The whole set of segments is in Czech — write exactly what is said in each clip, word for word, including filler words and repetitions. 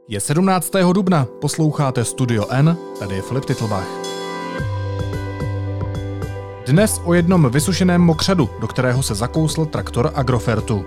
Je sedmnáctého dubna, posloucháte Studio N, tady je Filip Titlbach. Dnes o jednom vysušeném mokřadu, do kterého se zakousl traktor Agrofertu.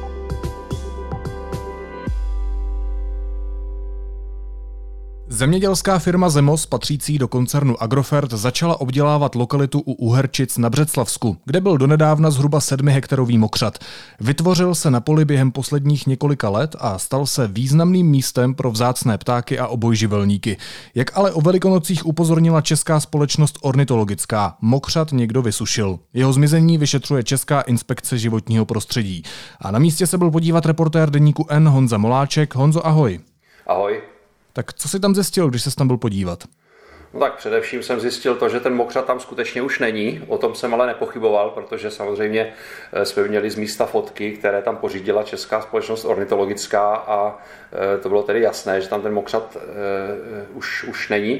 Zemědělská firma Zemos, patřící do koncernu Agrofert, začala obdělávat lokalitu u Uherčic na Břeclavsku, kde byl donedávna zhruba sedmihektarový mokřad. Vytvořil se na poli během posledních několika let a stal se významným místem pro vzácné ptáky a obojživelníky. Jak ale o Velikonocích upozornila česká společnost ornitologická, mokřad někdo vysušil. Jeho zmizení vyšetřuje Česká inspekce životního prostředí. A na místě se byl podívat reportér deníku N Honza Moláček. Honzo, ahoj. Ahoj. Tak co jsi tam zjistil, když se tam byl podívat? No tak především jsem zjistil to, že ten mokřad tam skutečně už není. O tom jsem ale nepochyboval, protože samozřejmě jsme měli z místa fotky, které tam pořídila Česká společnost ornitologická a to bylo tedy jasné, že tam ten mokřad už, už není.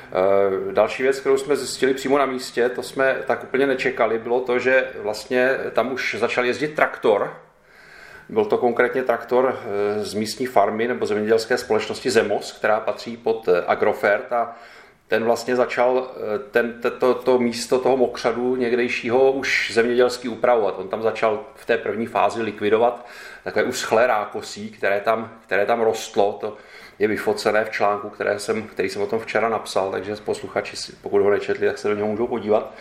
Další věc, kterou jsme zjistili přímo na místě, to jsme tak úplně nečekali, bylo to, že vlastně tam už začal jezdit traktor. Byl to konkrétně traktor z místní farmy nebo zemědělské společnosti Zemos, která patří pod Agrofert, a ten vlastně začal ten, to, to místo toho mokřadu někdejšího už zemědělsky upravovat. On tam začal v té první fázi likvidovat takové uschlé rákosí, které tam, které tam rostlo. To je vyfocené v článku, které jsem, který jsem o tom včera napsal, takže posluchači, pokud ho nečetli, tak se do něho můžou podívat.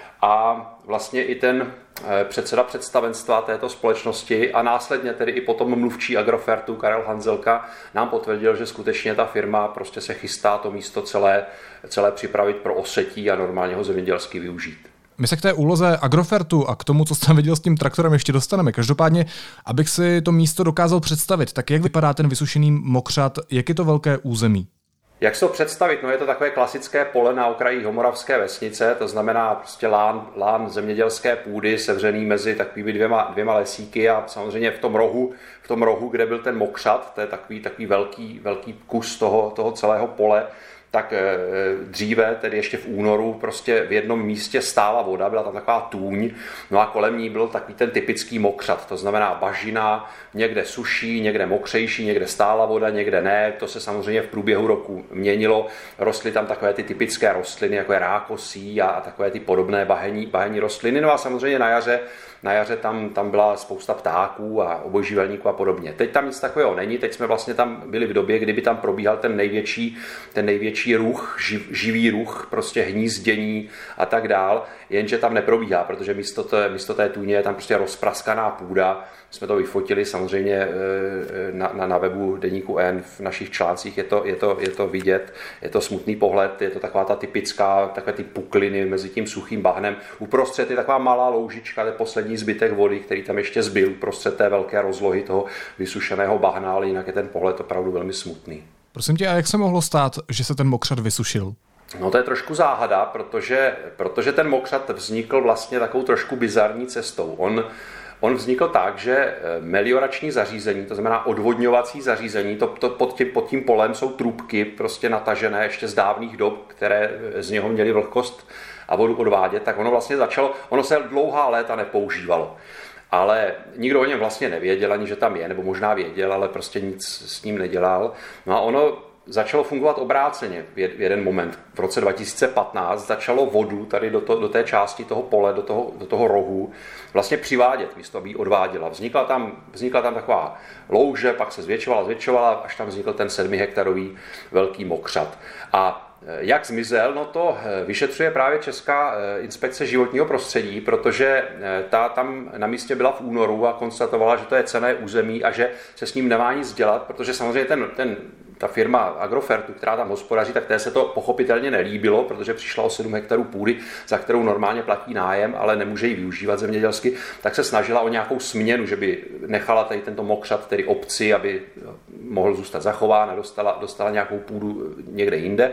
A vlastně i ten předseda představenstva této společnosti a následně tedy i potom mluvčí Agrofertu Karel Hanzelka nám potvrdil, že skutečně ta firma prostě se chystá to místo celé, celé připravit pro osetí a normálně ho zemědělsky využít. My se k té úloze Agrofertu a k tomu, co jsem viděl s tím traktorem, ještě dostaneme. Každopádně, abych si to místo dokázal představit, tak jak vypadá ten vysušený mokřad, jak je to velké území? Jak se to představit? No je to takové klasické pole na okraji Homoravské vesnice, to znamená prostě lán, lán zemědělské půdy sevřený mezi takovými dvěma, dvěma lesíky a samozřejmě v tom rohu, v tom rohu, kde byl ten mokřad, to je takový, takový velký, velký kus toho, toho celého pole, tak dříve, tedy ještě v únoru, prostě v jednom místě stála voda, byla tam taková tůň, no a kolem ní byl takový ten typický mokřad, to znamená bažina, někde suší, někde mokřejší, někde stála voda, někde ne, to se samozřejmě v průběhu roku měnilo, rostly tam takové ty typické rostliny, jako je rákosí a takové ty podobné bahení, bahení rostliny, no a samozřejmě na jaře Na jaře tam, tam byla spousta ptáků a obojživelníků a podobně. Teď tam nic takového není, teď jsme vlastně tam byli v době, kdyby tam probíhal ten největší, ten největší ruch, živ, živý ruch, prostě hnízdění a tak dál, jenže tam neprobíhá, protože místo té, místo té tůně je tam prostě rozpraskaná půda. Jsme to vyfotili samozřejmě na, na, na webu deníku N, v našich článcích je to, je, to, je to vidět, je to smutný pohled, je to taková ta typická, takové ty pukliny mezi tím suchým bahnem. Uprostřed je taková malá loužička, to je poslední zbytek vody, který tam ještě zbyl uprostřed té velké rozlohy toho vysušeného bahna, ale jinak je ten pohled opravdu velmi smutný. Prosím tě, a jak se mohlo stát, že se ten mokřad vysušil? No to je trošku záhada, protože, protože ten mokřad vznikl vlastně takovou trošku bizarní cestou. On On vznikl tak, že meliorační zařízení, to znamená odvodňovací zařízení, to, to pod, tím, pod tím polem jsou trubky prostě natažené ještě z dávných dob, které z něho měly vlhkost a vodu odvádět, tak ono vlastně začalo, ono se dlouhá léta nepoužívalo. Ale nikdo o něm vlastně nevěděl, ani že tam je, nebo možná věděl, ale prostě nic s ním nedělal. No a ono začalo fungovat obráceně v jeden moment. V roce dva tisíce patnáct začalo vodu tady do, to, do té části toho pole, do toho, do toho rohu vlastně přivádět, místo aby ji odváděla. Vznikla tam, vznikla tam taková louže, pak se zvětšovala, zvětšovala, až tam vznikl ten sedmihektarový velký mokřad. A jak zmizel, no to vyšetřuje právě Česká inspekce životního prostředí, protože ta tam na místě byla v únoru a konstatovala, že to je cenné území a že se s ním nemá nic dělat, protože samozřejmě ten, ten, ta firma Agrofertu, která tam hospodaří, tak té se to pochopitelně nelíbilo, protože přišla o sedm hektarů půdy, za kterou normálně platí nájem, ale nemůže ji využívat zemědělsky, tak se snažila o nějakou směnu, že by nechala tady tento mokřad, tedy obci, aby mohl zůstat zachován a dostala, dostala nějakou půdu někde jinde.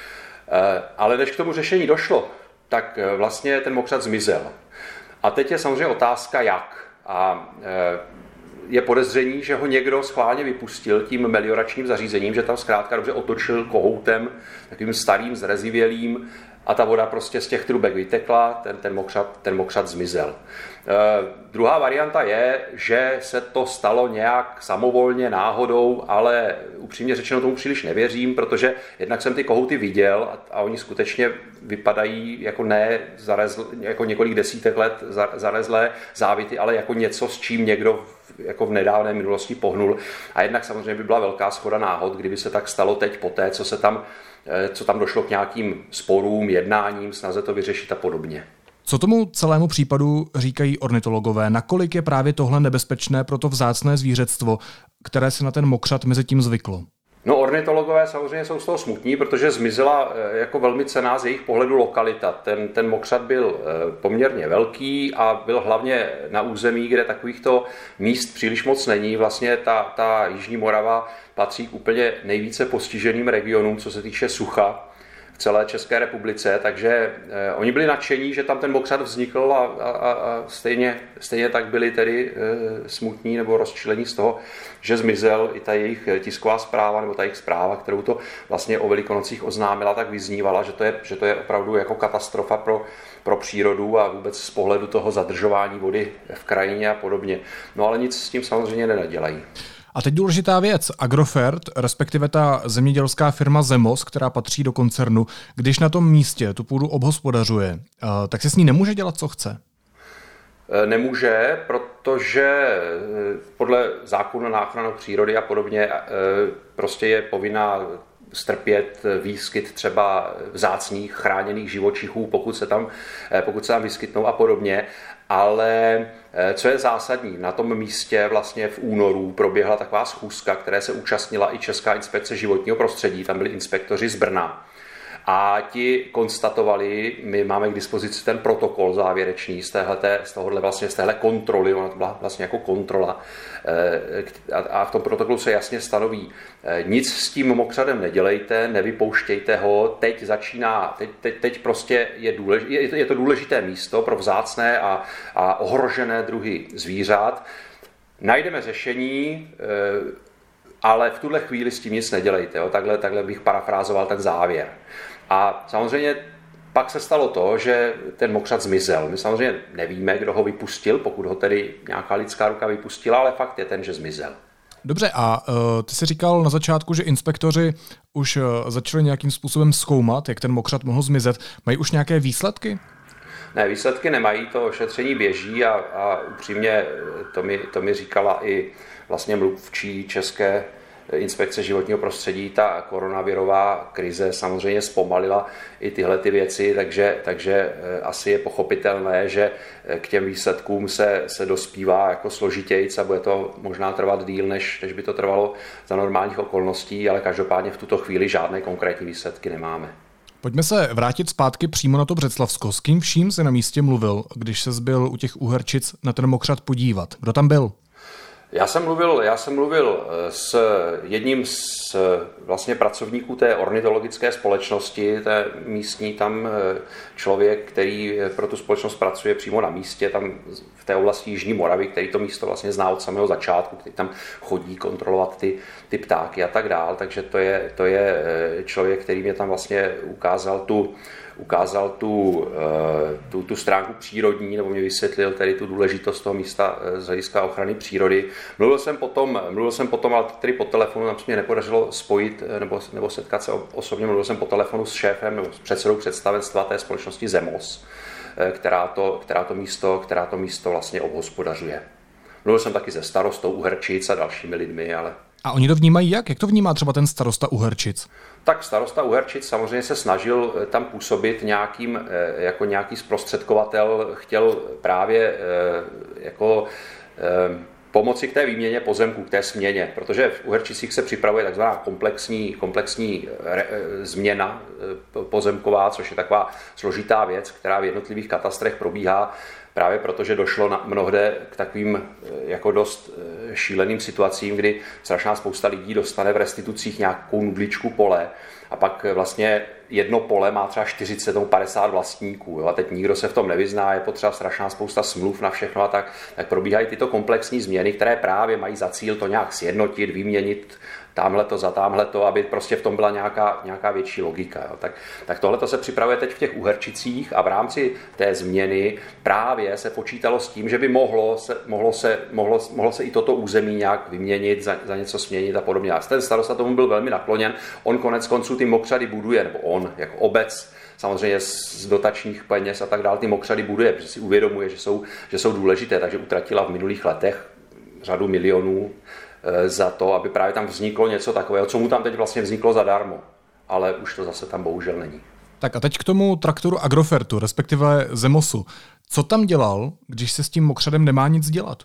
Ale než k tomu řešení došlo, tak vlastně ten mokřad zmizel. A teď je samozřejmě otázka, jak. A je podezření, že ho někdo schválně vypustil tím melioračním zařízením, že tam zkrátka dobře otočil kohoutem, takovým starým, zrezivělým, a ta voda prostě z těch trubek vytekla, ten, ten, mokřat, ten mokřat zmizel. E, druhá varianta je, že se to stalo nějak samovolně, náhodou, ale upřímně řečeno tomu příliš nevěřím, protože jednak jsem ty kohouty viděl a, a oni skutečně vypadají jako ne zarezl, jako několik desítek let za, zarezlé závity, ale jako něco, s čím někdo v, jako v nedávné minulosti pohnul. A jednak samozřejmě by byla velká shoda náhod, kdyby se tak stalo teď poté, co se tam co tam došlo k nějakým sporům, jednáním, snaze to vyřešit a podobně. Co tomu celému případu říkají ornitologové? Nakolik je právě tohle nebezpečné pro to vzácné zvířectvo, které se na ten mokřat mezi tím zvyklo? No, ornitologové samozřejmě jsou z toho smutní, protože zmizela jako velmi cenná z jejich pohledu lokalita. Ten, ten mokřat byl poměrně velký a byl hlavně na území, kde takovýchto míst příliš moc není. Vlastně ta, ta Jižní Morava patří k úplně nejvíce postiženým regionům, co se týče sucha v celé České republice, takže eh, oni byli nadšení, že tam ten mokřat vznikl a, a, a stejně, stejně tak byli tedy eh, smutní nebo rozčilení z toho, že zmizel. I ta jejich tisková zpráva nebo ta jejich zpráva, kterou to vlastně o Velikonocích oznámila, tak vyznívala, že to je, že to je opravdu jako katastrofa pro, pro přírodu a vůbec z pohledu toho zadržování vody v krajině a podobně. No ale nic s tím samozřejmě nenadělají. A teď důležitá věc. Agrofert, respektive ta zemědělská firma Zemos, která patří do koncernu, když na tom místě tu půdu obhospodařuje, tak se s ní nemůže dělat, co chce? Nemůže, protože podle zákona na ochranu přírody a podobně prostě je povinná strpět výskyt třeba vzácných chráněných živočichů, pokud se tam, pokud se tam vyskytnou a podobně. Ale co je zásadní, na tom místě vlastně v únoru proběhla taková schůzka, které se účastnila i Česká inspekce životního prostředí, tam byli inspektoři z Brna. A ti konstatovali, my máme k dispozici ten protokol závěrečný z téhleté, z tohohle vlastně z téhle kontroly, ona to byla vlastně jako kontrola. A v tom protokolu se jasně stanoví, nic s tím mokřadem nedělejte, nevypouštějte ho, teď začíná, teď, teď, teď prostě je, důlež, je, je to důležité místo pro vzácné a, a ohrožené druhy zvířat. Najdeme řešení, ale v tuhle chvíli s tím nic nedělejte. Jo? Takhle, takhle bych parafrázoval ten závěr. A samozřejmě pak se stalo to, že ten mokřat zmizel. My samozřejmě nevíme, kdo ho vypustil, pokud ho tedy nějaká lidská ruka vypustila, ale fakt je ten, že zmizel. Dobře, a uh, ty jsi říkal na začátku, že inspektoři už uh, začali nějakým způsobem zkoumat, jak ten mokřat mohl zmizet. Mají už nějaké výsledky? Ne, výsledky nemají, to šetření běží a, a upřímně to mi, to mi říkala i vlastně mluvčí České inspekce životního prostředí. Ta koronavirová krize samozřejmě zpomalila i tyhle ty věci, takže, takže asi je pochopitelné, že k těm výsledkům se, se dospívá jako složitějc a bude to možná trvat díl, než, než by to trvalo za normálních okolností, ale každopádně v tuto chvíli žádné konkrétní výsledky nemáme. Pojďme se vrátit zpátky přímo na to Břeclavsko. S kým vším se na místě mluvil, když se zbyl u těch Uherčic na ten mokřat podívat? Kdo tam byl? Já jsem mluvil, já jsem mluvil s jedním z vlastně pracovníků té ornitologické společnosti, té místní, tam člověk, který pro tu společnost pracuje přímo na místě, tam v té oblasti Jižní Moravy, který to místo vlastně zná od samého začátku, který tam chodí kontrolovat ty, ty ptáky a tak dál, takže to je, to je člověk, který mě tam vlastně ukázal tu ukázal tu, tu, tu stránku přírodní, nebo mě vysvětlil tedy tu důležitost toho místa z hlediska ochrany přírody. Mluvil jsem potom, mluvil jsem potom, ale tedy po telefonu nám se mě nepodařilo spojit nebo, nebo setkat se osobně, mluvil jsem po telefonu s šéfem nebo s předsedou představenstva té společnosti Zemos, která to, která to místo, která to místo vlastně obhospodařuje. Mluvil jsem taky se starostou Uherčic a dalšími lidmi, ale... A oni to vnímají jak? Jak to vnímá třeba ten starosta Uherčic? Tak starosta Uherčic samozřejmě se snažil tam působit nějakým, jako nějaký zprostředkovatel, chtěl právě jako pomoci k té výměně pozemků, k té směně, protože v Uherčicích se připravuje takzvaná komplexní, komplexní re, změna pozemková, což je taková složitá věc, která v jednotlivých katastrech probíhá právě protože došlo na mnohde k takovým jako dost šíleným situacím, kdy strašná spousta lidí dostane v restitucích nějakou nudličku pole a pak vlastně jedno pole má třeba čtyřicet nebo padesát vlastníků. Jo? A teď nikdo se v tom nevyzná, je potřeba strašná spousta smluv na všechno a tak, tak probíhají tyto komplexní změny, které právě mají za cíl to nějak sjednotit, vyměnit támhleto za támhleto, aby prostě v tom byla nějaká, nějaká větší logika. Jo. Tak, tak tohleto se připravuje teď v těch Uherčicích a v rámci té změny právě se počítalo s tím, že by mohlo se, mohlo se, mohlo, mohlo se i toto území nějak vyměnit, za, za něco směnit a podobně. A ten starosta tomu byl velmi nakloněn. On konec konců ty mokřady buduje, nebo on jako obec, samozřejmě z dotačních peněz a tak dále, ty mokřady buduje, protože si uvědomuje, že jsou, že jsou důležité, takže utratila v minulých letech řadu milionů za to, aby právě tam vzniklo něco takového, co mu tam teď vlastně vzniklo zadarmo. Ale už to zase tam bohužel není. Tak a teď k tomu traktoru Agrofertu, respektive Zemosu. Co tam dělal, když se s tím mokřadem nemá nic dělat?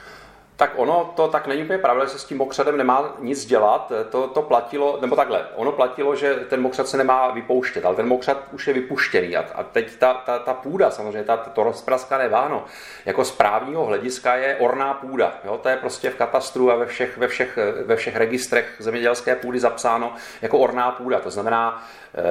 Tak ono to tak není úplně pravda, že se s tím mokřadem nemá nic dělat. To, to platilo, nebo takhle, ono platilo, že ten mokřad se nemá vypouštět, ale ten mokřad už je vypuštěný. A, a teď ta, ta, ta půda, samozřejmě ta, to rozpraskané váno, jako z právního hlediska je orná půda. Jo? To je prostě v katastru a ve všech, ve všech, ve všech registrech zemědělské půdy zapsáno jako orná půda. To znamená,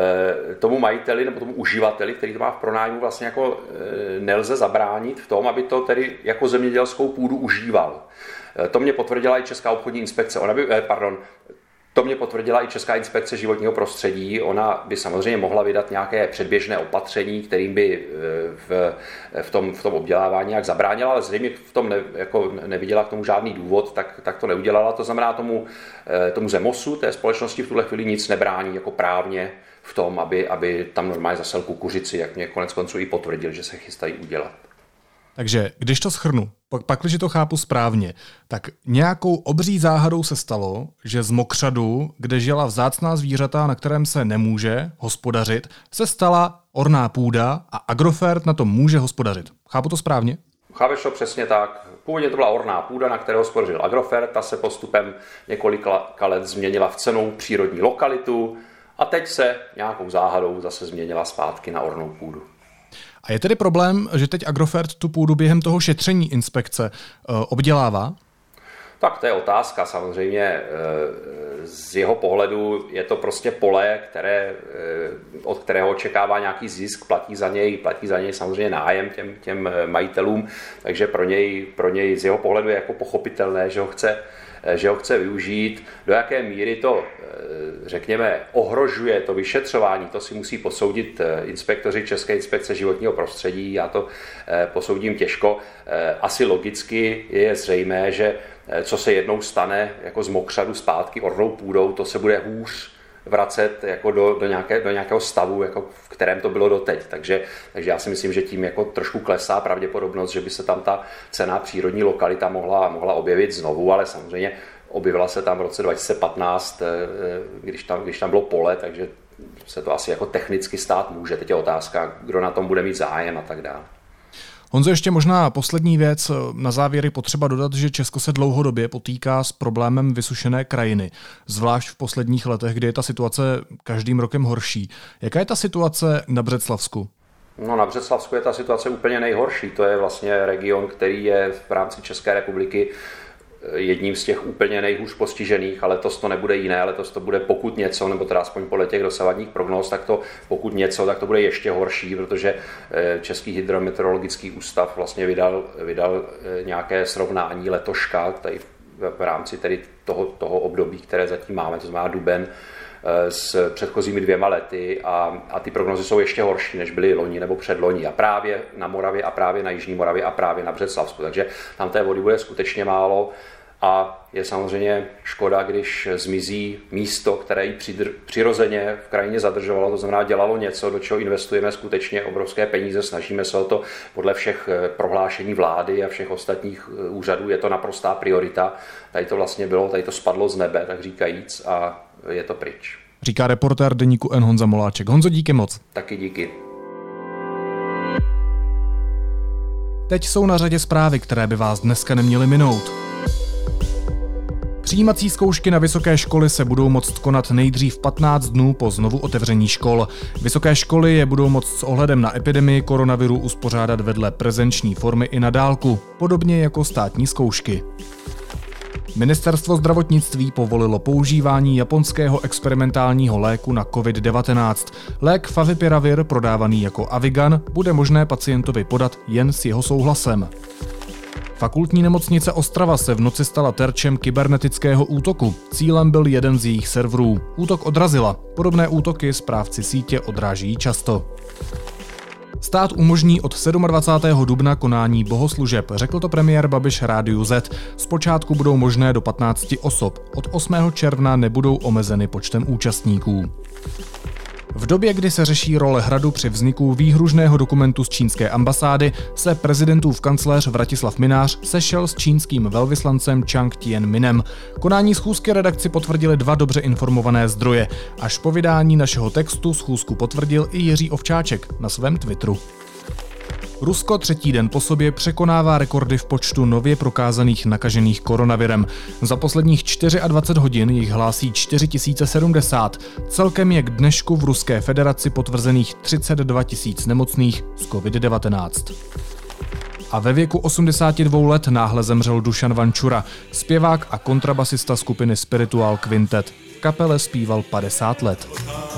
tomu majiteli nebo tomu uživateli, který to má v pronájmu, vlastně jako nelze zabránit v tom, aby to tedy jako zemědělskou půdu užíval. To mě potvrdila i Česká obchodní inspekce. Ona by, pardon, to mě potvrdila i Česká inspekce životního prostředí. Ona by samozřejmě mohla vydat nějaké předběžné opatření, kterým by v, v, tom, v tom obdělávání jak zabránila, ale zřejmě v tom ne, jako neviděla k tomu žádný důvod, tak, tak to neudělala. To znamená tomu, tomu Zemosu, té společnosti v tuhle chvíli nic nebrání jako právně v tom, aby, aby tam normálně zasel kukuřici, jak mě konec konců i potvrdil, že se chystají udělat. Takže když to shrnu, pak, pak když to chápu správně, tak nějakou obří záhadou se stalo, že z mokřadu, kde žila vzácná zvířata, na kterém se nemůže hospodařit, se stala orná půda a Agrofert na tom může hospodařit. Chápu to správně? Chápeš to přesně tak. Původně to byla orná půda, na které hospodařil Agrofert, ta se postupem několika let změnila v cennou přírodní lokalitu a teď se nějakou záhadou zase změnila zpátky na ornou půdu. A je tedy problém, že teď Agrofert tu půdu během toho šetření inspekce obdělává? Tak to je otázka. Samozřejmě z jeho pohledu je to prostě pole, které, od kterého očekává nějaký zisk, platí za něj, platí za něj samozřejmě nájem těm, těm majitelům, takže pro něj, pro něj z jeho pohledu je jako pochopitelné, že ho chce že ho chce využít. Do jaké míry to, řekněme, ohrožuje to vyšetřování, to si musí posoudit inspektoři České inspekce životního prostředí. Já to posoudím těžko. Asi logicky je zřejmé, že co se jednou stane jako z mokřadu zpátky ornou půdou, to se bude hůř vracet jako do, do, nějaké, do nějakého stavu, jako v kterém to bylo doteď. Takže, takže já si myslím, že tím jako trošku klesá pravděpodobnost, že by se tam ta cenná přírodní lokalita mohla, mohla objevit znovu, ale samozřejmě objevila se tam v roce dva tisíce patnáct, když tam, když tam bylo pole, takže se to asi jako technicky stát může. Teď je otázka, kdo na tom bude mít zájem a tak dále. Honzo, ještě možná poslední věc. Na závěr je potřeba dodat, že Česko se dlouhodobě potýká s problémem vysušené krajiny, zvlášť v posledních letech, kdy je ta situace každým rokem horší. Jaká je ta situace na Břeclavsku? No, na Břeclavsku je ta situace úplně nejhorší. To je vlastně region, který je v rámci České republiky jedním z těch úplně nejhůř postižených, ale letos to nebude jiné, letos to bude pokud něco, nebo teda aspoň podle těch dosavadních prognóz, tak to pokud něco, tak to bude ještě horší, protože Český hydrometeorologický ústav vlastně vydal, vydal nějaké srovnání letoška tady v rámci tedy toho, toho období, které zatím máme, to znamená duben, s předchozími dvěma lety a, a ty prognozy jsou ještě horší, než byly loni nebo předloni a právě na Moravě a právě na Jižní Moravě a právě na Břeclavsku. Takže tam té vody bude skutečně málo a je samozřejmě škoda, když zmizí místo, které ji přidr- přirozeně v krajině zadržovalo, to znamená dělalo něco, do čeho investujeme skutečně obrovské peníze, snažíme se o to podle všech prohlášení vlády a všech ostatních úřadů, je to naprostá priorita. Tady to vlastně bylo, tady to spadlo z nebe, tak říkajíc, a je to pryč. Říká reportér deníku N Honza Moláček. Honzo, díky moc. Taky díky. Teď jsou na řadě zprávy, které by vás dneska neměly minout. Přijímací zkoušky na vysoké školy se budou moct konat nejdřív patnáct dnů po znovu otevření škol. Vysoké školy je budou moct s ohledem na epidemii koronaviru uspořádat vedle prezenční formy i na dálku, podobně jako státní zkoušky. Ministerstvo zdravotnictví povolilo používání japonského experimentálního léku na covid devatenáct. Lék Favipiravir, prodávaný jako Avigan, bude možné pacientovi podat jen s jeho souhlasem. Fakultní nemocnice Ostrava se v noci stala terčem kybernetického útoku. Cílem byl jeden z jejich serverů. Útok odrazila. Podobné útoky správci sítě odráží často. Stát umožní od dvacátého sedmého dubna konání bohoslužeb, řekl to premiér Babiš Rádiu Z. Zpočátku budou možné do patnácti osob. Od osmého června nebudou omezeny počtem účastníků. V době, kdy se řeší role Hradu při vzniku výhružného dokumentu z čínské ambasády, se prezidentův kancléř Vratislav Mynář sešel s čínským velvyslancem Chang Tien-minem. Konání schůzky redakci potvrdili dva dobře informované zdroje. Až po vydání našeho textu schůzku potvrdil i Jiří Ovčáček na svém Twitteru. Rusko třetí den po sobě překonává rekordy v počtu nově prokázaných nakažených koronavirem. Za posledních dvacet čtyři hodin jich hlásí čtyři tisíce sedmdesát. Celkem je k dnešku v Ruské federaci potvrzených třicet dva tisíc nemocných z covid devatenáct. A ve věku osmdesáti dvou let náhle zemřel Dušan Vančura, zpěvák a kontrabasista skupiny Spiritual Quintet. V kapele zpíval padesát let.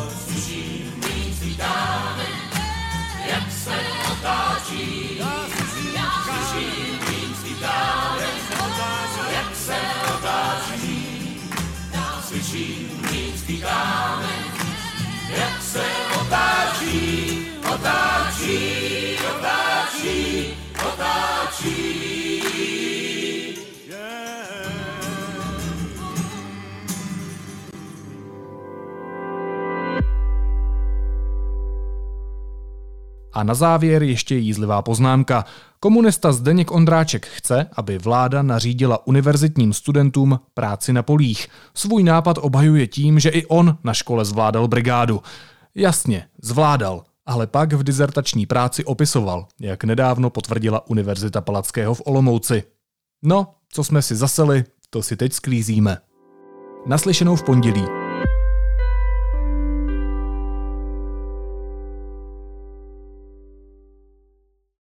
Jak se otáčí, otáčí, otáčí, otáčí. A na závěr ještě jízlivá poznámka. Komunista Zdeněk Ondráček chce, aby vláda nařídila univerzitním studentům práci na polích. Svůj nápad obhajuje tím, že i on na škole zvládal brigádu. Jasně, zvládal, ale pak v dizertační práci opisoval, jak nedávno potvrdila Univerzita Palackého v Olomouci. No, co jsme si zaseli, to si teď sklízíme. Naslyšenou v pondělí.